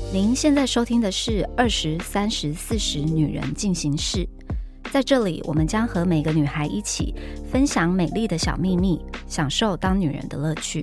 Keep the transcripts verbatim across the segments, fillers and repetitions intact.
您现在收听的是二十三十四十女人进行式，在这里我们将和每个女孩一起分享美丽的小秘密，享受当女人的乐趣。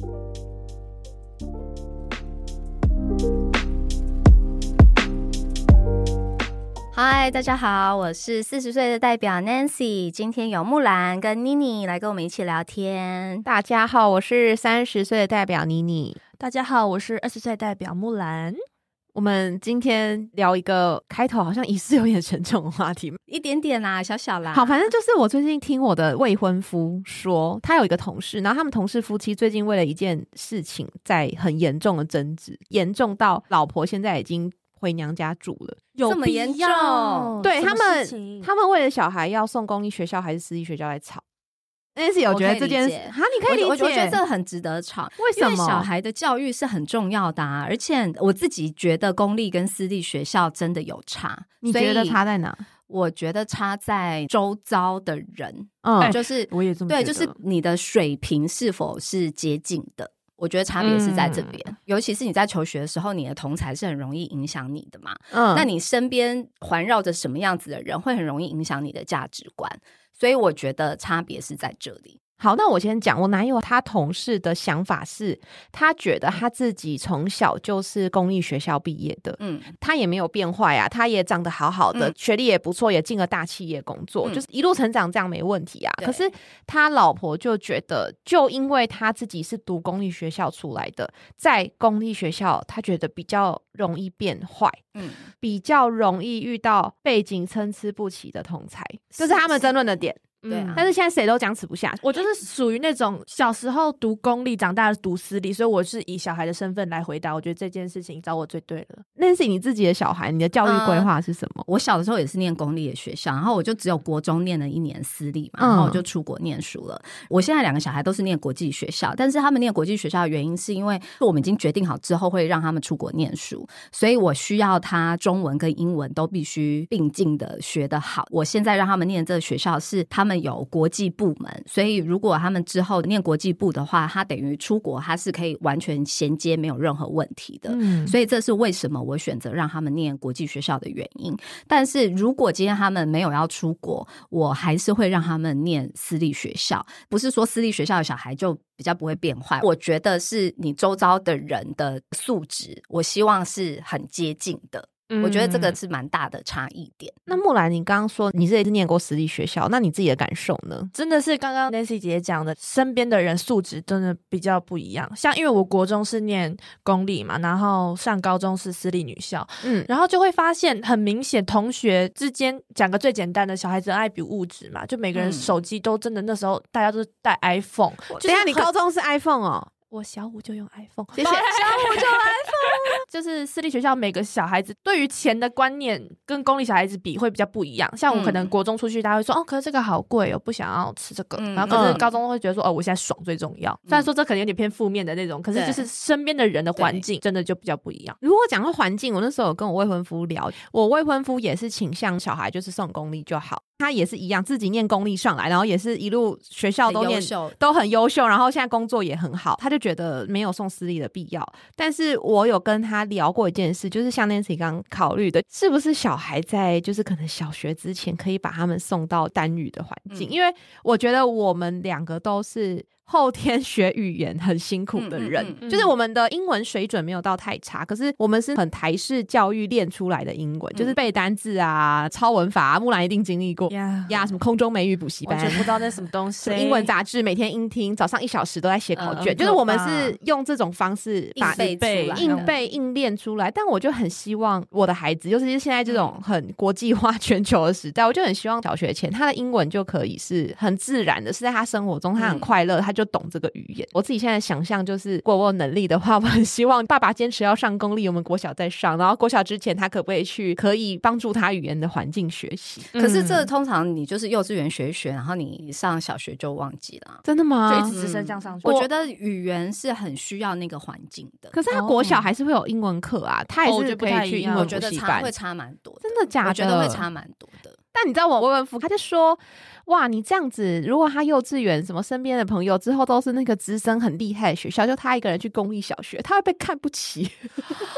嗨，大家好，我是四十岁的代表 Nancy， 今天有木兰跟妮妮来跟我们一起聊天。 大家好，我是三十岁的代表妮妮。 大家好，我是二十岁的代表木兰。 我们今天聊一个开头好像疑似有点沉重的话题， 一点点啦，小小啦。 好，反正就是我最近听我的未婚夫说，他有一个同事，然后他们同事夫妻最近为了一件事情在很严重的争执，严重到老婆现在已经回娘家住了。 有这么严重？ 对，他们他们为了小孩要送公立学校还是私立学校在吵。Nancy 有觉得这件事哈，你可以理解， 我, 我觉得这很值得吵。 为什么？ 因为小孩的教育是很重要的啊，而且我自己觉得公立跟私立学校真的有差。 你觉得差在哪？ 我觉得差在周遭的人，嗯，就是、 欸、我也这么觉得， 对，就是你的水平是否是接近的。我觉得差别是在这边、嗯、尤其是你在求学的时候，你的同侪是很容易影响你的嘛。嗯，那你身边环绕着什么样子的人，会很容易影响你的价值观。所以我觉得差别是在这里。 好，那我先讲，我男友他同事的想法是，他觉得他自己从小就是公立学校毕业的，嗯，他也没有变坏啊，他也长得好好的、嗯、学历也不错，也进了大企业工作、嗯、就是一路成长，这样没问题啊。可是他老婆就觉得，就因为他自己是读公立学校出来的，在公立学校他觉得比较容易变坏，嗯，比较容易遇到背景参差不齐的同侪，这是他们争论的点。 对啊， 但是现在谁都讲齿不下。 我就是属于那种小时候读公立，长大读私立，所以我是以小孩的身份来回答。我觉得这件事情找我最对了。 Nancy， 你自己的小孩，你的教育规划是什么、 呃？我小的时候也是念公立的学校，然后我就只有国中念了一年私立嘛，然后我就出国念书了。嗯、我现在两个小孩都是念国际学校，但是他们念国际学校的原因是因为我们已经决定好之后会让他们出国念书，所以我需要他中文跟英文都必须并进的学得好。我现在让他们念这个学校是他们有国际部门，所以如果他们之后念国际部的话，他等于出国他是可以完全衔接，没有任何问题的、嗯、所以这是为什么我选择让他们念国际学校的原因。但是如果今天他们没有要出国，我还是会让他们念私立学校。不是说私立学校的小孩就比较不会变坏，我觉得是你周遭的人的素质，我希望是很接近的。我觉得这个是蛮大的差异点、 嗯、那木兰，你刚刚说你自己是念过私立学校，那你自己的感受呢？ 真的是刚刚 Nancy 姐姐讲的，身边的人素质真的比较不一样。像因为我国中是念公立嘛，然后上高中是私立女校，嗯，然后就会发现很明显同学之间，讲个最简单的，小孩子爱比物质嘛，就每个人手机都真的那时候大家都是带 iPhone、嗯、 等一下你高中是 iPhone 哦？ 我小五就用 iPhone， 谢谢。小五就用 iPhone， 就是私立学校每个小孩子对于钱的观念跟公立小孩子比会比较不一样。像我可能国中出去，大家会说、嗯、哦，可是这个好贵哦，不想要吃这个。嗯、然后可是高中会觉得说、嗯、哦，我现在爽最重要。虽然说这可能有点偏负面的那种，可是就是身边的人的环境真的就比较不一样。 如果讲到环境，我那时候有跟我未婚夫聊，我未婚夫也是倾向小孩就是送公立就好。他也是一样，自己念公立上来，然后也是一路学校都念很都很优秀，然后现在工作也很好，他就觉得没有送私立的必要。但是我有跟他聊过一件事，就是像 Nancy 刚刚考虑的，是不是小孩在就是可能小学之前可以把他们送到单语的环境、嗯、因为我觉得我们两个都是后天学语言很辛苦的人、嗯嗯嗯、就是我们的英文水准没有到太差，可是我们是很台式教育练出来的英文、嗯、就是背单字啊、抄文法啊，木兰一定经历过呀、yeah. 什么空中美语补习班， 完全不知道那什么东西英文杂志每天英听，早上一小时都在写考卷、嗯、就是我们是用这种方式把硬背硬背硬练出来。但我就很希望我的孩子，尤其是现在这种很国际化全球的时代、嗯、我就很希望小学前他的英文就可以是很自然的，是在他生活中他很快乐、嗯、他就懂这个语言。我自己现在想象就是，如果我有能力的话，我很希望爸爸坚持要上公立，我们国小再上，然后国小之前他可不可以去可以帮助他语言的环境学习、 嗯、可是这通常你就是幼稚园学一学，然后你上小学就忘记了。 真的吗？ 就一直直升这样上去、 嗯、我觉得语言是很需要那个环境的。 可是他国小还是会有英文课啊、哦、他也是可以去英文补习班。 我觉得差会差蛮多的。 真的假的？ 我觉得会差蛮多的。 但你知道我未婚夫他就说，哇，你这样子，如果他幼稚园什么身边的朋友之后都是那个资深很厉害的学校，就他一个人去公立小学，他会被看不起。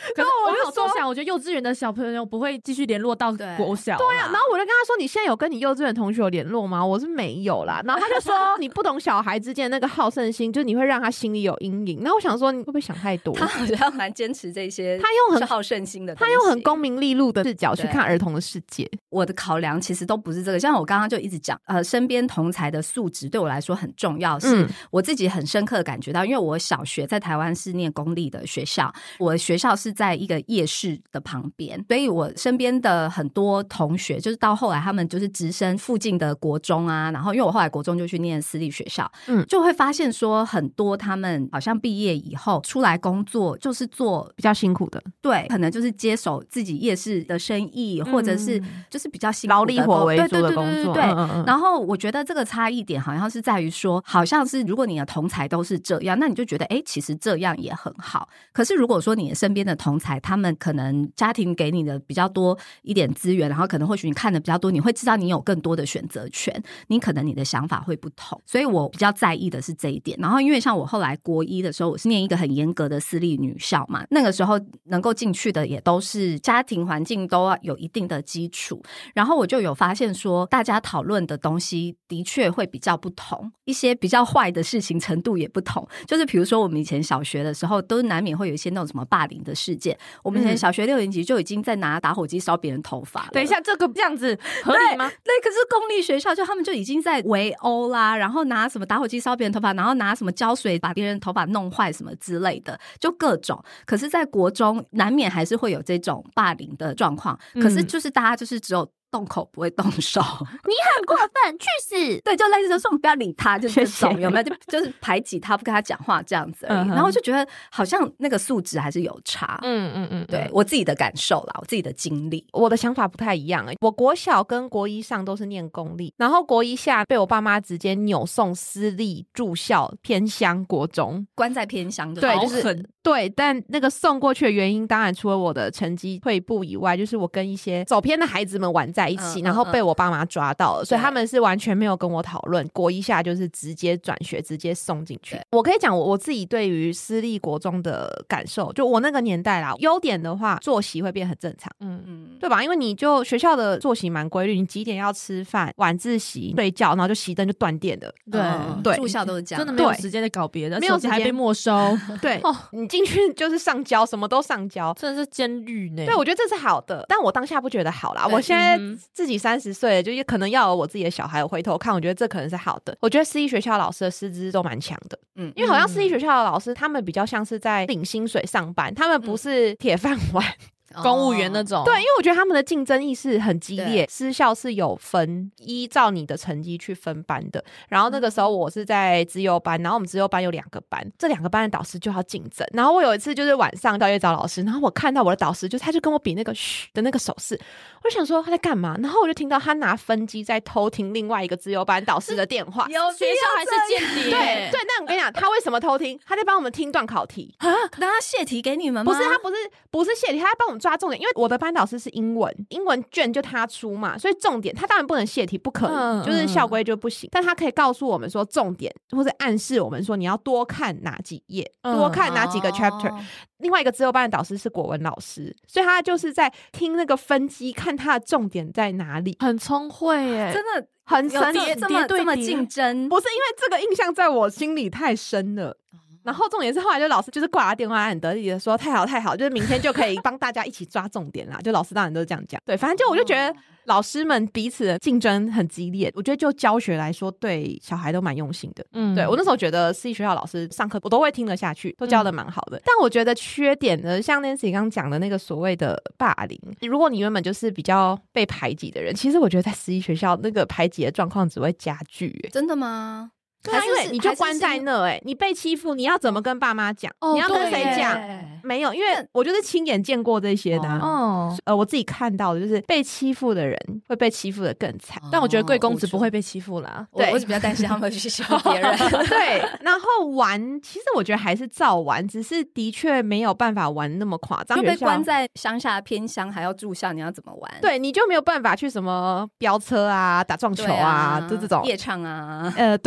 可是我好多想，我觉得幼稚园的小朋友不会继续联络到国小。 对啊，然后我就跟他说：“你现在有跟你幼稚园同学有联络吗？”我是没有啦。然后他就说：“你不懂小孩之间那个好胜心，就你会让他心里有阴影。”然后我想说，你会不会想太多？ 他好像蛮坚持这些， 他用很好胜心的， 他用很功名利禄的视角去看儿童的世界。 我的考量其实都不是这个，像我刚刚就一直讲，呃，身边同才的素质对我来说很重要，是我自己很深刻的感觉到，因为我小学在台湾是念公立的学校，我的学校是在一个夜市的旁边，所以我身边的很多同学就是到后来他们就是直升附近的国中啊，然后因为我后来国中就去念私立学校，嗯，就会发现说很多他们好像毕业以后出来工作就是做比较辛苦的， 对，可能就是接手自己夜市的生意，或者是就是比较辛苦的劳力活为主的工作， 对，然后我觉得这个差异点好像是在于说，好像是如果你的同才都是这样，那你就觉得哎，其实这样也很好。可是如果说你的身边的同才，他们可能家庭给你的比较多一点资源，然后可能或许你看的比较多，你会知道你有更多的选择权，你可能你的想法会不同。所以我比较在意的是这一点。然后因为像我后来国一的时候，我是念一个很严格的私立女校嘛，那个时候能够进去的也都是家庭环境都有一定的基础，然后我就有发现说大家讨论的东西的确会比较不同，一些比较坏的事情程度也不同。就是比如说我们以前小学的时候都难免会有一些那种什么霸凌的事件，我们以前小学六年级就已经在拿打火机烧别人头发了。 等一下，这个这样子合理吗？ 对, 对，可是公立学校就他们就已经在围殴啦，然后拿什么打火机烧别人头发，然后拿什么胶水把别人头发弄坏什么之类的，就各种。可是在国中难免还是会有这种霸凌的状况，可是就是大家就是只有动口不会动手， 你很过分，去死！ 对，就类似说我们不要理他，就是这种有没有？就就是排挤他，不跟他讲话这样子而已。嗯、然后就觉得好像那个素质还是有差。嗯嗯嗯，对我自己的感受啦，我自己的经历， 我的想法不太一样、欸。我国小跟国一上都是念公立，然后国一下被我爸妈直接扭送私立住校偏乡国中， 关在偏乡的， 对，就是对。但那个送过去的原因，当然除了我的成绩退步以外，就是我跟一些走偏的孩子们玩在一起、嗯、然后被我爸妈抓到了、嗯、所以他们是完全没有跟我讨论，国一下就是直接转学直接送进去。我可以讲我我自己对于私立国中的感受，就我那个年代啦，优点的话作息会变很正常，嗯嗯，对吧？因为你就学校的作息蛮规律，你几点要吃饭，晚自习睡觉，然后就熄灯就断电的， 对、 嗯、 对， 住校都是这样， 真的没有时间在搞别的， 没有时间还被没收对、哦、你进去就是上交，什么都上交， 真的是监狱呢。 对，我觉得这是好的，但我当下不觉得好啦。我现在自己三十岁了，就可能要有我自己的小孩，我回头看，我觉得这可能是好的。我觉得私立学校老师的师资都蛮强的，嗯，因为好像私立学校的老师，他们比较像是在领薪水上班，他们不是铁饭碗。 公务员那种、哦、 对，因为我觉得他们的竞争意识很激烈，私校是有分依照你的成绩去分班的，然后那个时候我是在资优班，然后我们资优班有两个班，这两个班的导师就要竞争，然后我有一次就是晚上到夜找老师，然后我看到我的导师就他就跟我比那个嘘的那个手势，我就想说他在干嘛，然后我就听到他拿分机在偷听另外一个资优班导师的电话， 有学校还是间谍？ 对对，那我跟你讲他为什么偷听，他在帮我们听段考题啊，那他泄题给你们吗？ 不是，他不是不是泄题，他在帮我们抓重点，因为我的班导师是英文，英文卷就他出嘛，所以重点他当然不能泄题，不可能、嗯、就是校规就不行，但他可以告诉我们说重点，或者暗示我们说你要多看哪几页、嗯、多看哪几个 chapter、哦、另外一个资优班的导师是国文老师，所以他就是在听那个分机，看他的重点在哪里， 很聪慧耶， 真的很神奇， 这么这么竞争， 不是因为这个印象在我心里太深了。然后重点是后来就老师就是挂他电话很得意的说太好太好，就是明天就可以帮大家一起抓重点啦就老师当然都是这样讲，对，反正就我就觉得老师们彼此的竞争很激烈，我觉得就教学来说对小孩都蛮用心的，嗯，对，我那时候觉得私立学校老师上课我都会听得下去，都教得蛮好的、嗯、但我觉得缺点呢，像 Nancy 刚刚讲的那个所谓的霸凌，如果你原本就是比较被排挤的人，其实我觉得在私立学校那个排挤的状况只会加剧、欸、 真的吗？ 对啊，因为你就关在那，哎、欸，你被欺负，你要怎么跟爸妈讲、哦？你要跟谁讲？没有，因为我就是亲眼见过这些的、啊。哦，呃，我自己看到的就是被欺负的人会被欺负的更惨、哦， 但我觉得贵公子不会被欺负啦。 对，我是比较担心他们会去欺负别人。 对，然后玩，其实我觉得还是照玩，只是的确没有办法玩那么夸张。 就被关在乡下偏乡，还要住校，你要怎么玩？ 对，你就没有办法去什么飙车啊、打撞球啊，就、啊、这种夜唱啊。 呃，对，就是。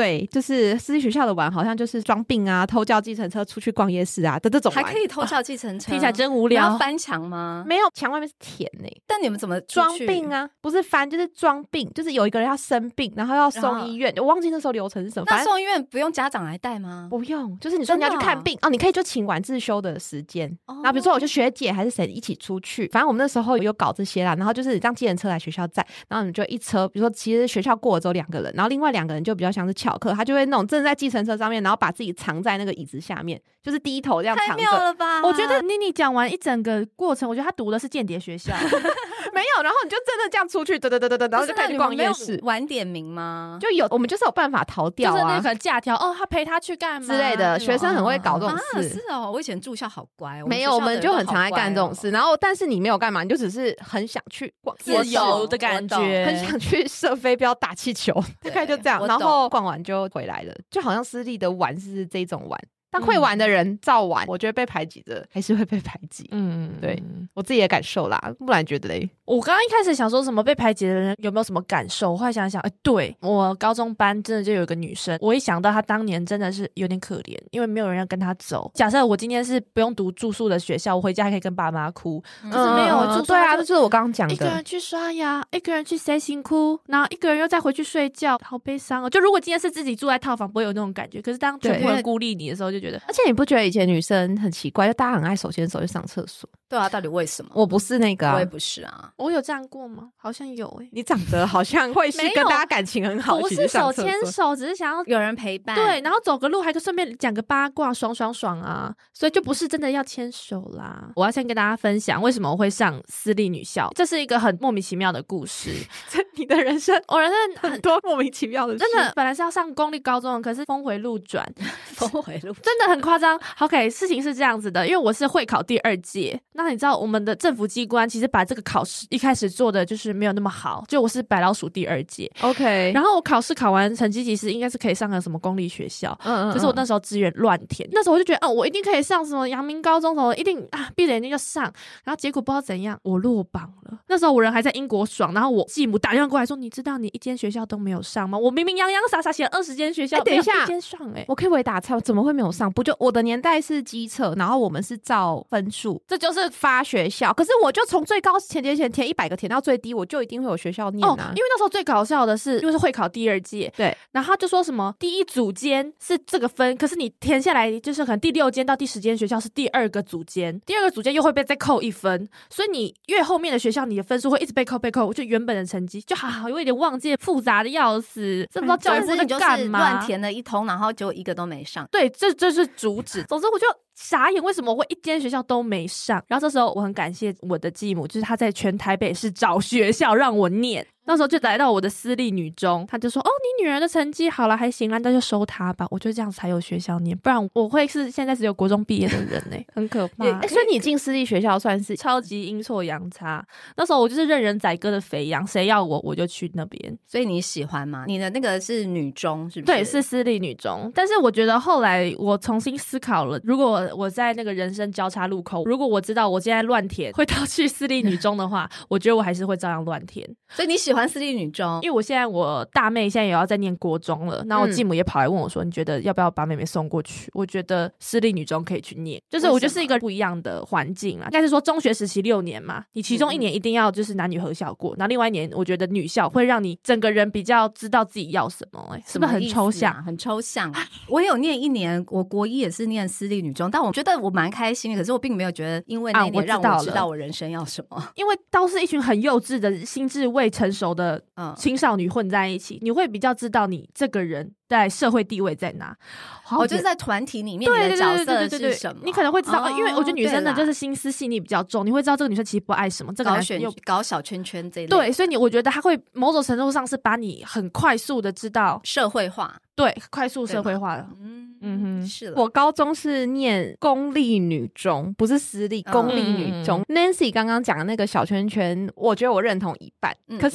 就是私立学校的玩好像就是装病啊，偷叫计程车出去逛夜市啊的这种玩， 还可以偷叫计程车、 啊、听起来真无聊。 要翻墙吗？ 没有，墙外面是田欸。 但你们怎么装病啊？不是翻就是装病，就是有一个人要生病然后要送医院，我忘记那时候流程是什么。 那送医院不用家长来带吗？ 不用，就是你说你要去看病 哦, 哦，你可以就请晚自修的时间、哦、然后比如说我就学姐还是谁一起出去，反正我们那时候有搞这些啦，然后就是让计程车来学校载，然后你们就一车，比如说其实学校过了之后两个人，然后另外两个人就比较像是翘课，他就会那种正在计程车上面，然后把自己藏在那个椅子下面，就是低头这样藏着。 太妙了吧！ 我觉得妮妮讲完一整个过程，我觉得她读的是间谍学校没有，然后你就真的这样出去，对对对对，然后就开始逛夜市。 晚点名吗？ 就有，我们就是有办法逃掉啊， 就是那个假条哦，他陪他去干嘛之类的。学生很会搞这种事。 啊，是哦，我以前住校好乖， 没有，我们就很常爱干这种事。然后，但是你没有干嘛，你就只是很想去逛， 自由的感觉， 很想去射飞镖、打气球，大概就这样。然后逛完就回来了，就好像私立的玩是这种玩。但会玩的人照玩、嗯、我觉得被排挤的还是会被排挤。嗯，对，我自己的感受啦。不然觉得嘞， 我刚刚一开始想说什么被排挤的人有没有什么感受，我后来想想，哎、欸，对，我高中班真的就有一个女生，我一想到她当年真的是有点可怜，因为没有人要跟她走。假设我今天是不用读住宿的学校，我回家还可以跟爸妈哭，可、嗯、是没有、嗯、住宿。 对啊，这就是我刚刚讲的， 一个人去刷牙，一个人去塞辛哭，然后一个人又再回去睡觉，好悲伤哦。就如果今天是自己住在套房，不会有那种感觉，可是当全部人孤立你的时候，就觉得， 而且你不觉得以前女生很奇怪，就大家很爱手牵手去上厕所？ 对啊，到底为什么？ 我不是那个、啊， 我也不是啊。 我有这样过吗？好像有诶、欸。 你长得好像会是跟大家感情很好， 不是手牵手，只是想要有人陪伴。 对，然后走个路还可以顺便讲个八卦，爽爽爽啊！所以就不是真的要牵手啦。我要先跟大家分享为什么我会上私立女校，这是一个很莫名其妙的故事。 你的人生， 我人生很多莫名其妙的事。 真的，本来是要上公立高中的，可是峰回路转， 峰回路转真的很夸张。OK， 事情是这样子的，因为我是会考第二届，那你知道我们的政府机关其实把这个考试一开始做的就是没有那么好，就我是白老鼠第二届 OK， 然后我考试考完成绩其实应该是可以上个什么公立学校，嗯嗯嗯，可是我那时候志愿乱填，那时候我就觉得哦，我一定可以上什么阳明高中什么，一定啊闭着眼睛就上，然后结果不知道怎样我落榜了。那时候我人还在英国爽，然后我继母打电话过来说，你知道你一间学校都没有上吗？我明明洋洋洒洒写了二十间学校， 欸、等一下一间上哎、欸， 我可以回答猜，怎么会没有上？不就我的年代是基测，然后我们是照分数，这就是发学校。可是我就从最高填填填填一百个填到最低，我就一定会有学校念啊。哦， 因为那时候最搞笑的是，因为是会考第二届， 对， 然后他就说什么第一组间是这个分，可是你填下来就是可能第六间到第十间学校是第二个组间，第二个组间又会被再扣一分，所以你越后面的学校，你的分数会一直被扣被扣，就原本的成绩就好好有一点忘记，复杂的要死，这不知道教育部在干嘛， 乱填了一通，然后就一个都没上。 对，这这是主旨。总之我就傻眼，为什么我一间学校都没上？然后这时候我很感谢我的继母，就是她在全台北市找学校让我念。那时候就来到我的私立女中，他就说哦，你女儿的成绩好了还行啦，那就收她吧。我就这样才有学校念，不然我会是现在只有国中毕业的人呢、欸，很可怕、 欸。所以你进私立学校算是超级阴错阳差。那时候我就是任人宰割的肥羊，谁要我我就去那边。 所以你喜欢吗？你的那个是女中是不是？ 对，是私立女中。但是我觉得后来我重新思考了，如果我在那个人生交叉路口，如果我知道我现在乱填会到去私立女中的话，我觉得我还是会照样乱填。 所以你喜欢私立女中？ 因为我现在我大妹现在也要在念国中了，那我继母也跑来问我说、嗯、你觉得要不要把妹妹送过去？我觉得私立女中可以去念，就是我觉得是一个不一样的环境啦。应该是说中学时期六年嘛，你其中一年一定要就是男女合校过，然后另外一年我觉得女校会让你整个人比较知道自己要什么、欸、是不是很抽象、 啊、很抽象。我也有念一年，我国一也是念私立女中，但我觉得我蛮开心的，可是我并没有觉得因为那一年让我知道我人生要什么、啊、 因为都是一群很幼稚的心智未成熟的青少女混在一起、嗯、你会比较知道你这个人在社会地位在哪。 我、哦、就是在团体里面你的角色是什么， 你可能会知道、哦、因为我觉得女生的就是心思细腻比较重，你会知道这个女生其实不爱什么，这个男生又搞小圈圈这一类。 对，所以你我觉得他会某种程度上是把你很快速的知道社会化， 对，快速社会化了。 嗯嗯哼，是了。 我高中是念公立女中，不是私立，公立女中。嗯、Nancy 刚刚讲的那个小圈圈，我觉得我认同一半，嗯、可是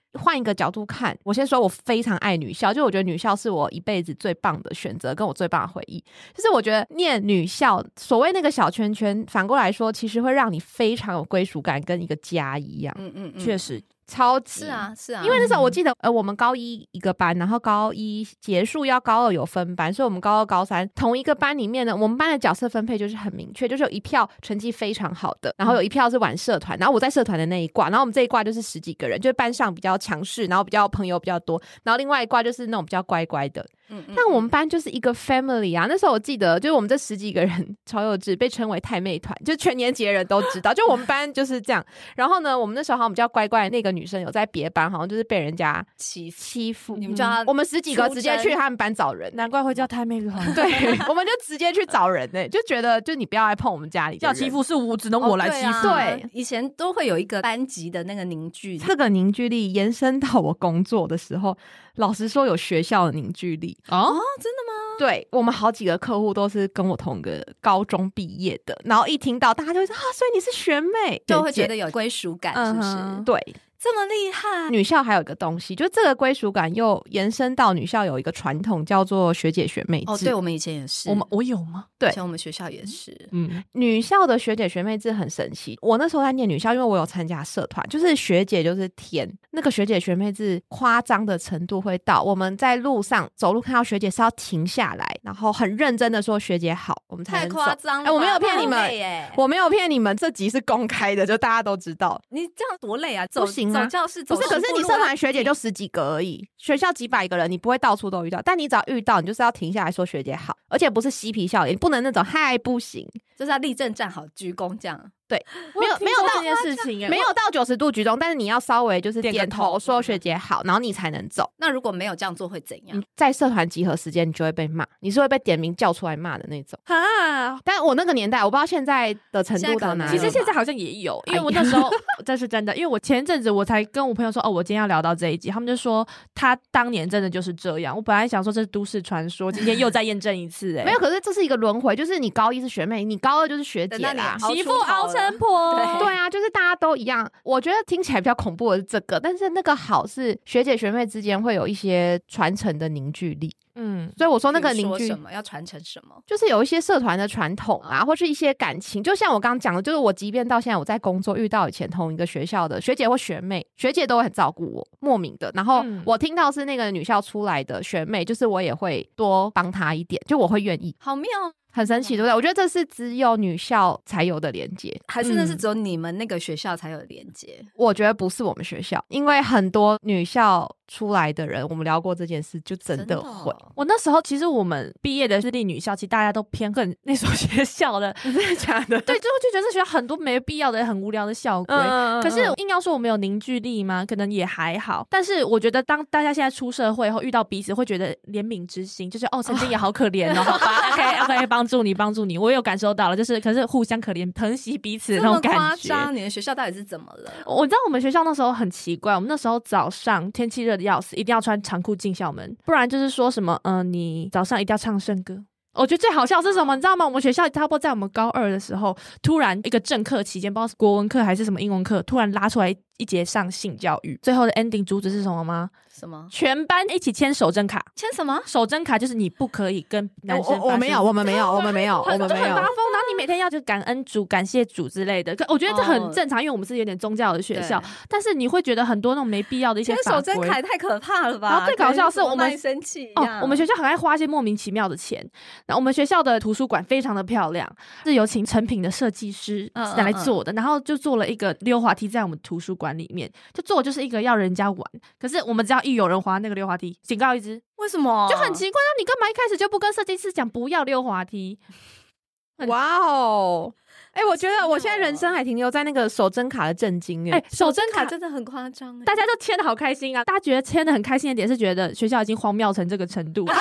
换一个角度看，我先说我非常爱女校，就我觉得女校是我一辈子最棒的选择跟我最棒的回忆。就是我觉得念女校所谓那个小圈圈，反过来说其实会让你非常有归属感，跟一个家一样。 嗯嗯嗯， 确实超级是啊是啊， 因为那时候我记得呃，我们高一一个班，然后高一结束要高二有分班，所以我们高二高三同一个班里面呢，我们班的角色分配就是很明确，就是有一票成绩非常好的，然后有一票是玩社团，然后我在社团的那一挂，然后我们这一挂就是十几个人，就是班上比较强势，然后比较朋友比较多，然后另外一挂就是那种比较乖乖的。嗯嗯，但我们班就是一个 family 啊，那时候我记得就是我们这十几个人超幼稚，被称为太妹团，就全年级的人都知道，就我们班就是这样。然后呢，我们那时候好像比较乖乖的那个女生有在别班，好像就是被人家欺欺负， 你们叫她、 嗯、我们十几个直接去他们班找人， 难怪会叫太妹团。 对，我们就直接去找人呢、欸，就觉得就你不要来碰我们家里的人， 要欺负是我，只能我来欺负。 哦、对, 啊、 对， 以前都会有一个班级的那个凝聚力， 这个凝聚力延伸到我工作的时候，老实说有学校的凝聚力哦， 真的吗？ 对，我们好几个客户都是跟我同个高中毕业的，然后一听到大家就会说啊，所以你是学妹， 就会觉得有归属感，是不是？ 嗯、对。 这么厉害， 女校还有一个东西，就这个归属感又延伸到女校有一个传统叫做学姐学妹制。 哦，对，我们以前也是， 我们我有吗？ 对， 以前我们学校也是。 嗯，女校的学姐学妹制很神奇。我那时候在念女校，因为我有参加社团，就是学姐就是天，那个学姐学妹制夸张的程度会到我们在路上走路看到学姐是要停下来，然后很认真的说学姐好，我们才能走。 太夸张了、 欸，我没有骗你们，我没有骗你们，这集是公开的，就大家都知道。 你这样多累啊，走不行啊， 走教室走不是，可是你社团学姐就十几个而已，学校几百个人，你不会到处都遇到，但你只要遇到，你就是要停下来说学姐好，而且不是嬉皮笑脸，你不能那种嗨不行， 就是要立正站好鞠躬这样。 对，没有没有到这件事情， 没有到九十度鞠躬，但是你要稍微就是点头说学姐好，然后你才能走。 那如果没有这样做会怎样？ 你在社团集合时间你就会被骂，你是会被点名叫出来骂的那种啊！ 但我那个年代我不知道现在的程度到哪里， 其实现在好像也有，因为我那时候这是真的，因为我前阵子我才跟我朋友说哦，我今天要聊到这一集，他们就说他当年真的就是这样。我本来想说这是都市传说，今天又再验证一次、欸，哎， 没有，可是这是一个轮回，就是你高一是学妹，你高二就是学姐啦， 媳妇熬成婆。 对啊，就是大家都一样。我觉得听起来比较恐怖的是这个，但是那个好是学姐学妹之间会有一些传承的凝聚力。嗯，所以我说那个凝聚什么要传承什么， 就是有一些社团的传统啊，或是一些感情。就像我刚刚讲的，就是我即便到现在我在工作遇到以前同一个学校的学姐或学妹，学姐都会很照顾我，莫名的。然后我听到是那个女校出来的学妹，就是我也会多帮她一点，就我会愿意。 好妙。 很神奇，对不对？我觉得这是只有女校才有的连结， 还是那是只有你们那个学校才有的连结、嗯？ 我觉得不是我们学校，因为很多女校出来的人，我们聊过这件事，就真的会。 的哦、我那时候其实我们毕业的私立女校，其实大家都偏恨那所学校的， 真的假的？ 对，就就觉得这学校很多没必要的、很无聊的校规。嗯、可是硬要说我们有凝聚力吗？可能也还好。但是我觉得，当大家现在出社会后遇到彼此，会觉得怜悯之心，就是哦，曾经也好可怜哦，好吧 ，OK OK， 帮助你，帮助你。我有感受到了，就是可是互相可怜、疼惜彼此的那种感觉。这么夸张？你的学校到底是怎么了？ 我知道我们学校那时候很奇怪，我们那时候早上天气热的要死，一定要穿长裤进校门，不然就是说什么，嗯、呃，你早上一定要唱圣歌。我觉得最好笑是什么，你知道吗？我们学校差不多在我们高二的时候，突然一个正课期间，不知道是国文课还是什么英文课，突然拉出来一节上性教育，最后的 ending 主旨是什么吗？ 什么？ 全班一起签守贞卡。 签什么？ 守贞卡就是你不可以跟男生发生。 我我没有，我们没有，我们没有，我们没有。 很发疯，然后你每天要就感恩主、感谢主之类的。可我觉得这很正常，哦、因为我们是有点宗教的学校。但是你会觉得很多那种没必要的一些法规。 签守贞卡太可怕了吧？ 然后最搞笑是我们生气哦，我们学校很爱花一些莫名其妙的钱。然后我们学校的图书馆非常的漂亮，是有请成品的设计师来做的，嗯嗯嗯然后就做了一个溜滑梯在我们图书馆里面，就做就是一个要人家玩，可是我们只要一有人滑那个溜滑梯，警告一只。 为什么？ 就很奇怪，你干嘛一开始就不跟设计师讲不要溜滑梯？ 哇哦！哎、欸，我觉得我现在人生还停留在那个守贞卡的震惊哎， 守贞卡真的很夸张哎， 大家都签的好开心啊！大家觉得签的很开心的点是觉得学校已经荒谬成这个程度。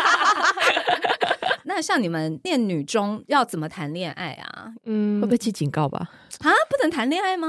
那像你们念女中要怎么谈恋爱啊？ 嗯，会不会记警告吧？ 啊，不能谈恋爱吗？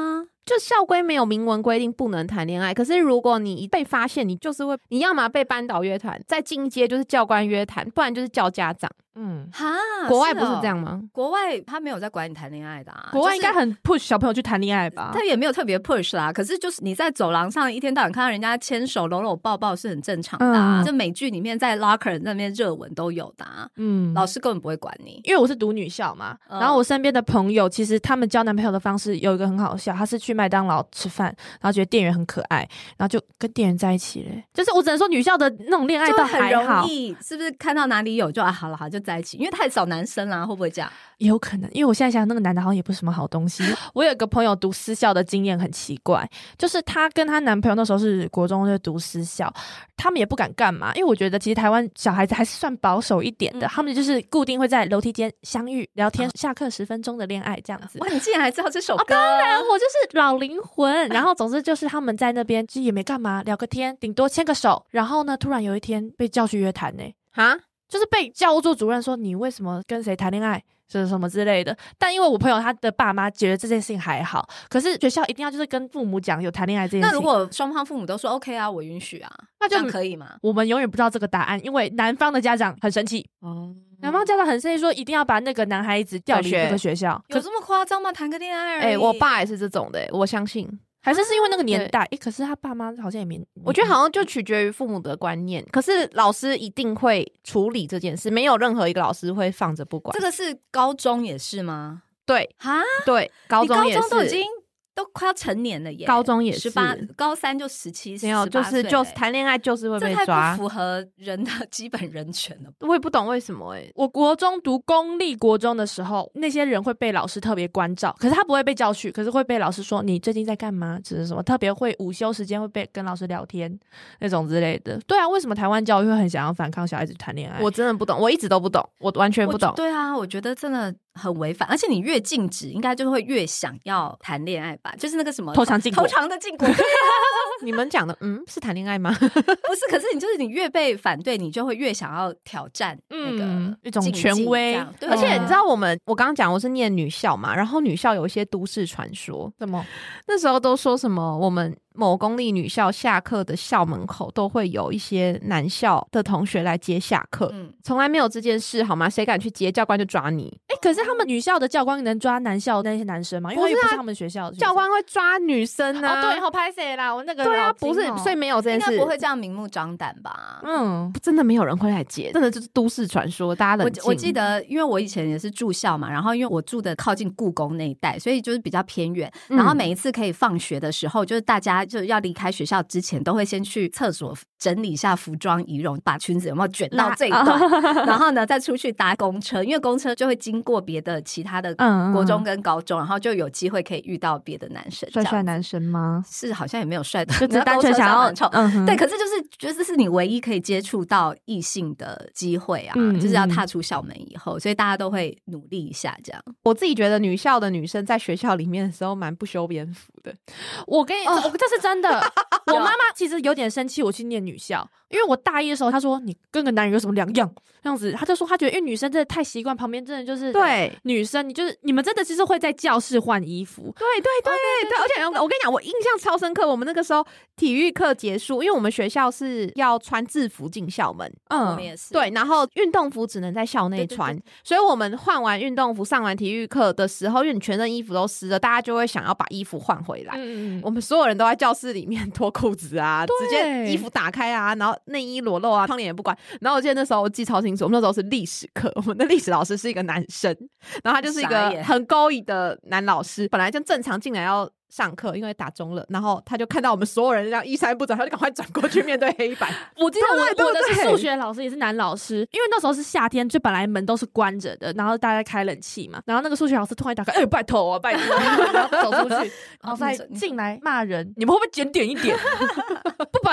就校规没有明文规定不能谈恋爱，可是如果你被发现，你就是会，你要么被班导约谈，再进阶就是教官约谈，不然就是叫家长。嗯， 哈， 国外不是这样吗？ 哦、国外他没有在管你谈恋爱的啊， 国外应该很 push 小朋友去谈恋爱吧？ 他也没有特别 push 啦，可是就是你在走廊上一天到晚看到人家牵手、搂搂抱抱是很正常的、啊，嗯、就美剧里面在 locker 那边热吻都有的、啊，嗯，老师根本不会管你， 因为我是读女校嘛，嗯、然后我身边的朋友其实他们交男朋友的方式有一个很好笑，他是去麦当劳吃饭，然后觉得店员很可爱，然后就跟店员在一起了，就是我只能说女校的那种恋爱倒还好， 很容易，是不是看到哪里有就啊好了好就在一起，因为太少男生啦，会不会这样？ 也有可能，因为我现在想那个男的好像也不是什么好东西。我有一个朋友读私校的经验很奇怪，就是她跟她男朋友那时候是国中就读私校，他们也不敢干嘛，因为我觉得其实台湾小孩子还是算保守一点的，嗯、他们就是固定会在楼梯间相遇聊天，啊、下课十分钟的恋爱这样子。 哇，你竟然还知道这首歌？哦、 当然，我就是老灵魂。然后总之就是他们在那边其实也没干嘛，聊个天，顶多牵个手。然后呢，突然有一天被叫去约谈呢、欸，哈。就是被教务处主任说你为什么跟谁谈恋爱是什么之类的，但因为我朋友他的爸妈觉得这件事情还好，可是学校一定要就是跟父母讲有谈恋爱这件事情。 那如果双方父母都说 OK 啊，我允许啊，那就可以吗？ 我们永远不知道这个答案，因为男方的家长很生气哦，男方家长很生气说一定要把那个男孩子调离这个学校。 有这么夸张吗？谈个恋爱而已。 哎、欸，我爸也是这种的、欸，我相信。 还是是因为那个年代，哎、欸，可是他爸妈好像也没， 我觉得好像就取决于父母的观念。可是老师一定会处理这件事，没有任何一个老师会放着不管。 这个是高中也是吗？ 对，哈，对，高中也是， 你高中都已经都快要成年了耶， 高中也是十八，高三就十七， 没有，就是就是谈恋爱就是会被抓， 这太不符合人的基本人权了。 我也不懂为什么哎、欸。 我国中读公立国中的时候，那些人会被老师特别关照，可是他不会被叫去，可是会被老师说你最近在干嘛，只是什么特别会午休时间会被跟老师聊天那种之类的。对啊，为什么台湾教育会很想要反抗小孩子谈恋爱？ 我真的不懂，我一直都不懂，我完全不懂。 对啊，我觉得真的很违反，而且你越禁止，应该就会越想要谈恋爱吧？就是那个什么偷尝禁果， 偷尝的禁果。 你们讲的，嗯，是谈恋爱吗？ 不是，可是你就是你越被反对，你就会越想要挑战那个、嗯、 一种权威。 对， 而且你知道我们，我刚刚讲我是念女校嘛，然后女校有一些都市传说， 什么那时候都说什么我们。某公立女校下课的校门口都会有一些男校的同学来接下课，嗯，从来没有这件事好吗？谁敢去接，教官就抓你。 哎、欸，可是他们女校的教官能抓男校那些男生吗？因为不是他们学校的学教官会抓女生啊。 哦，对，好拍谁啦？我那个对啊，不是，所以没有这件事， 应该不会这样明目张胆吧？ 嗯，真的没有人会来接，真的就是都市传说。大家冷静。 我我记得，因为我以前也是住校嘛，然后因为我住的靠近故宫那一带，所以就是比较偏远。然后每一次可以放学的时候，就是大家就要离开学校之前，都会先去厕所整理一下服装仪容，把裙子有没有卷到这一段，然后呢再出去搭公车，因为公车就会经过别的其他的国中跟高中，然后就有机会可以遇到别的男生。 帅帅男生吗？ 是，好像也没有帅的， 就只是单纯想要， 嗯，对。可是就是觉得这是你唯一可以接触到异性的机会啊，嗯、就是要踏出校门以后，所以大家都会努力一下这样。 我自己觉得女校的女生在学校里面的时候蛮不修边幅的。 我跟你，哦、这是真的。我妈妈其实有点生气我去念女校，因为我大一的时候她说你跟个男人有什么两样这样子，她就说她觉得因为女生真的太习惯旁边真的就是对女生，你就是你们真的其实会在教室换衣服。 对对对、哦、对, 对, 对，而且我跟你讲我印象超深刻，我们那个时候体育课结束，因为我们学校是要穿制服进校门， 嗯，我们也是， 对，然后运动服只能在校内穿，对对对，所以我们换完运动服上完体育课的时候，因为你全身衣服都湿了，大家就会想要把衣服换回来，嗯，我们所有人都在教室里面脱裤子啊，直接衣服打开啊，然后内衣裸露啊，窗帘也不关。然后我记得那时候我记超清楚，我们那时候是历史课，我们的历史老师是一个男生，然后他就是一个很勾引的男老师，本来就正常进来要上课，因为打钟了，然后他就看到我们所有人这样衣衫不整，他就赶快转过去面对黑板。 我记得我我的是数学老师，也是男老师，因为那时候是夏天，就本来门都是关着的，然后大家开冷气嘛，然后那个数学老师突然打开，哎、欸，拜托啊，拜托，然后走出去，然后再进来骂人，你们会不会检点一点？不把男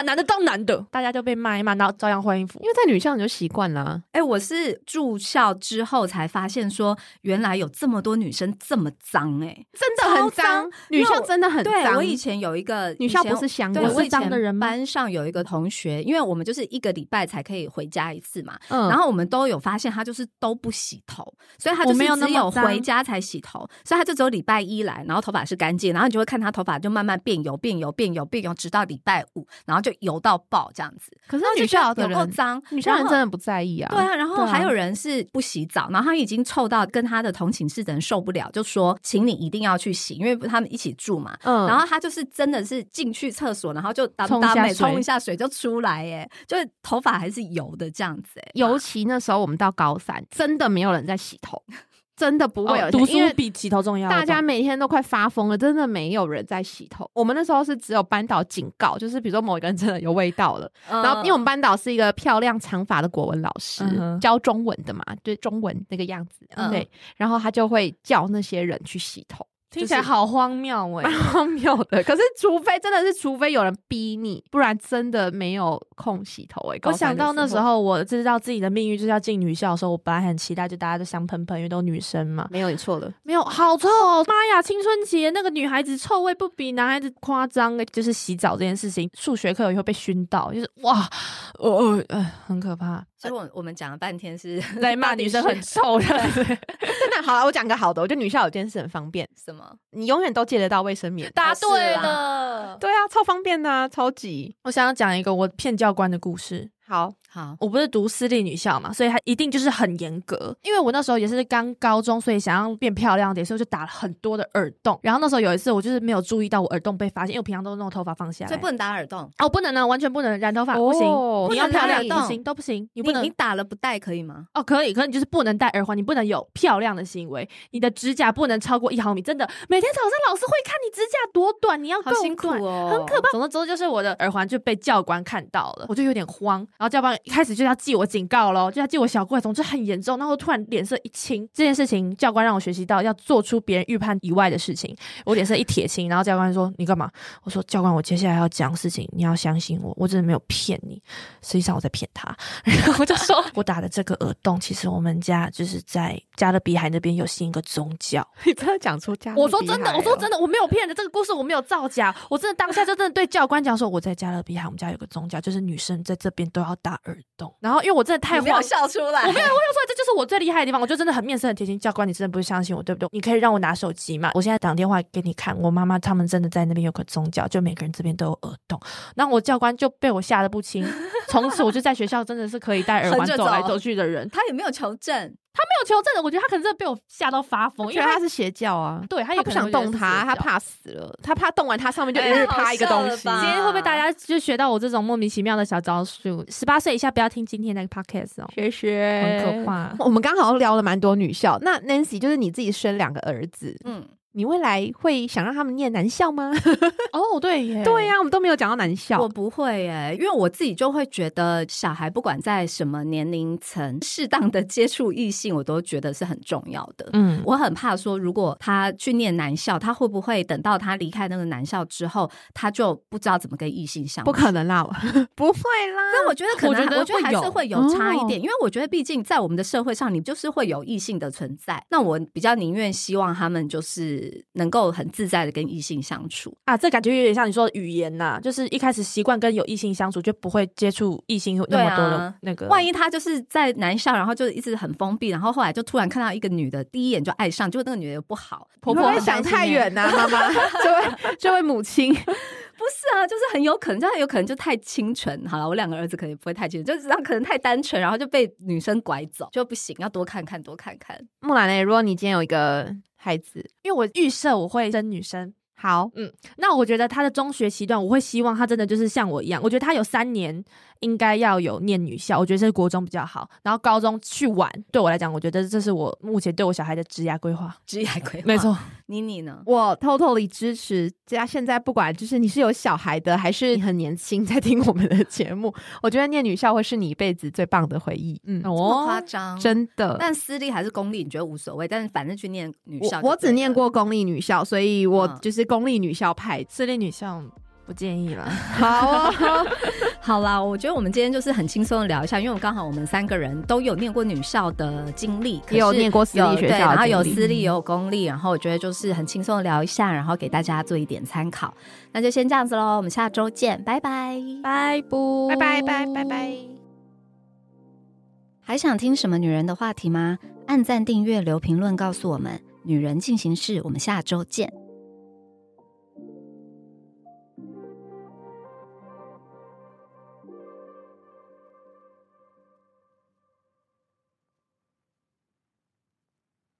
男的当男的，大家就被骂一骂，然后照样换衣服。 因为在女校你就习惯了。 哎、欸，我是住校之后才发现说，原来有这么多女生这么脏。哎、欸， 真的很脏，女校真的很脏。 对，我以前有一个女校不是香的， 我是脏的人吗？ 班上有一个同学，因为我们就是一个礼拜才可以回家一次嘛，嗯，然后我们都有发现他就是都不洗头，所以他就是只有回家才洗头，所以他就只有礼拜一来，然后头发是干净，然后你就会看他头发就慢慢变油变油变油变油，直到礼拜五，然后就油到爆这样子。 可是女校的人有够脏， 女校人真的不在意啊。 对啊，然后还有人是不洗澡，然后他已经臭到跟他的同寝室的人受不了，就说请你一定要去洗，因为他们一起住嘛。嗯，然后他就是真的是进去厕所，然后就当当每冲一下水就出来，耶，就是头发还是油的这样子。 尤其那时候我们到高三，真的没有人在洗头。真的不会有、 哦、读书比洗头重要， 大家每天都快发疯了，真的没有人在洗头。我们那时候是只有班导警告，就是比如说某一个人真的有味道了、嗯、然后因为我们班导是一个漂亮长发的国文老师、嗯、教中文的嘛，就中文那个样子、嗯、对，然后他就会叫那些人去洗头。 听起来好荒谬哎、欸， 蛮荒谬的。可是除非真的是，除非有人逼你，不然真的没有空洗头哎、欸。 我想到那时候我知道自己的命运就是要进女校的时候，我本来很期待，就大家都香喷喷，因为都女生嘛。 没有，你错了， 没有，好臭、哦！妈呀，青春期那个女孩子臭味不比男孩子夸张。就是洗澡这件事情，数学课有以后被熏到，就是哇，呃呃，很可怕。 所以我我们讲了半天是在骂女生很臭的， 真的。好了，我讲个好的，我觉得女校有件事很方便， 什么？ 你永远都借得到卫生棉。 答对了， 对啊，超方便的、啊，超级。 我想要讲一个我骗教官的故事。 好好， 我不是读私立女校嘛，所以它一定就是很严格。因为我那时候也是刚高中，所以想要变漂亮点，所以我就打了很多的耳洞。然后那时候有一次，我就是没有注意到我耳洞被发现，因为我平常都是弄头发放下来， 所以不能打耳洞。 哦，不能呢，完全不能染头发，哦、不行。你要漂亮不行，都不行。你不能， 你, 你打了不戴可以吗？ 哦，可以，可是你就是不能戴耳环，你不能有漂亮的行为，你的指甲不能超过一毫米。真的，每天早上老师会看你指甲多短，你要够短， 好辛苦哦， 很可怕。总之之后就是我的耳环就被教官看到了，我就有点慌。然后教官一开始就要记我警告咯，就要记我小过，总之很严重。然后我突然脸色一青，这件事情教官让我学习到要做出别人预判以外的事情。我脸色一铁青，然后教官说你干嘛？我说教官，我接下来要讲事情，你要相信我，我真的没有骗你，实际上我在骗他。然后我就说我打的这个耳洞，其实我们家就是在加勒比海那边有信一个宗教。 你真的讲出加勒比海、哦、 我说真的，我说真的，我没有骗的，这个故事我没有造假。我真的当下就真的对教官讲说，我在加勒比海，我们家有个宗教，就是女生在这边都要打耳洞。然后因为我真的太慌， 你没有笑出来， 我没有笑出来，这就是我最厉害的地方。我就真的很面色很贴心，教官你真的不是相信我对不对？你可以让我拿手机嘛？我现在打电话给你看，我妈妈他们真的在那边有个宗教，就每个人这边都有耳洞。然后我教官就被我吓得不轻，从此我就在学校真的是可以戴耳环走来走去的人。 他也没有求证， 他没有求证的，我觉得他可能真的被我吓到发疯， 因为他是邪教啊。 对，他也他不想动他，他怕死了，他怕动完他上面就一日趴一个东西。 今天会不会大家就学到我这种莫名其妙的小招数？十八岁以下不要听今天那个 podcast 哦， 学学很可怕。 我们刚好聊了蛮多女校，那 Nancy 就是你自己生两个儿子，嗯。你未来会想让他们念男校吗？ 哦，对耶， 对呀、啊，我们都没有讲到男校。 我不会耶，因为我自己就会觉得小孩不管在什么年龄层，适当的接触异性，我都觉得是很重要的。嗯，我很怕说，如果他去念男校，他会不会等到他离开那个男校之后，他就不知道怎么跟异性相处？ 不可能啦，不会啦。 但我觉得可能，我觉得, 我觉得还是会有差一点、哦，因为我觉得毕竟在我们的社会上，你就是会有异性的存在。那我比较宁愿希望他们就是能够很自在的跟异性相处啊，这感觉有点像你说的语言呐、啊，就是一开始习惯跟有异性相处，就不会接触异性那么多的那个、啊。 万一他就是在男校，然后就一直很封闭，然后后来就突然看到一个女的，第一眼就爱上，结果那个女的又不好， 婆婆会想太远呐、啊，妈妈这位这位母亲。 不是啊，就是很有可能，就很有可能就太清纯。好了，我两个儿子可能不会太清纯，就是可能太单纯，然后就被女生拐走，就不行，要多看看，多看看。 木兰呢？如果你今天有一个孩子， 因为我预设我会生女生。 好， 嗯，那我觉得他的中学期段，我会希望他真的就是像我一样，我觉得他有三年应该要有念女校，我觉得这是国中比较好，然后高中去玩，对我来讲，我觉得这是我目前对我小孩的职业规划。 职业规划， 没错。 妮妮呢？ 我 totally 支持家现在不管就是你是有小孩的，还是你很年轻在听我们的节目，我觉得念女校会是你一辈子最棒的回忆。 嗯，这么夸张？ 真的。 但私立还是公立，你觉得无所谓？但是反正去念女校， 我我只念过公立女校，所以我就是公立女校派。 私立女校不建议了。 好、哦，好啦，我觉得我们今天就是很轻松的聊一下，因为刚好我们三个人都有念过女校的经历， 也有念过私立学校的经历， 然后有私立也有公立，然后我觉得就是很轻松的聊一下，然后给大家做一点参考。那就先这样子咯，我们下周见，拜拜， 拜不， 拜拜拜拜拜。 还想听什么女人的话题吗？按赞、订阅、留评论告诉我们。女人进行式，我们下周见。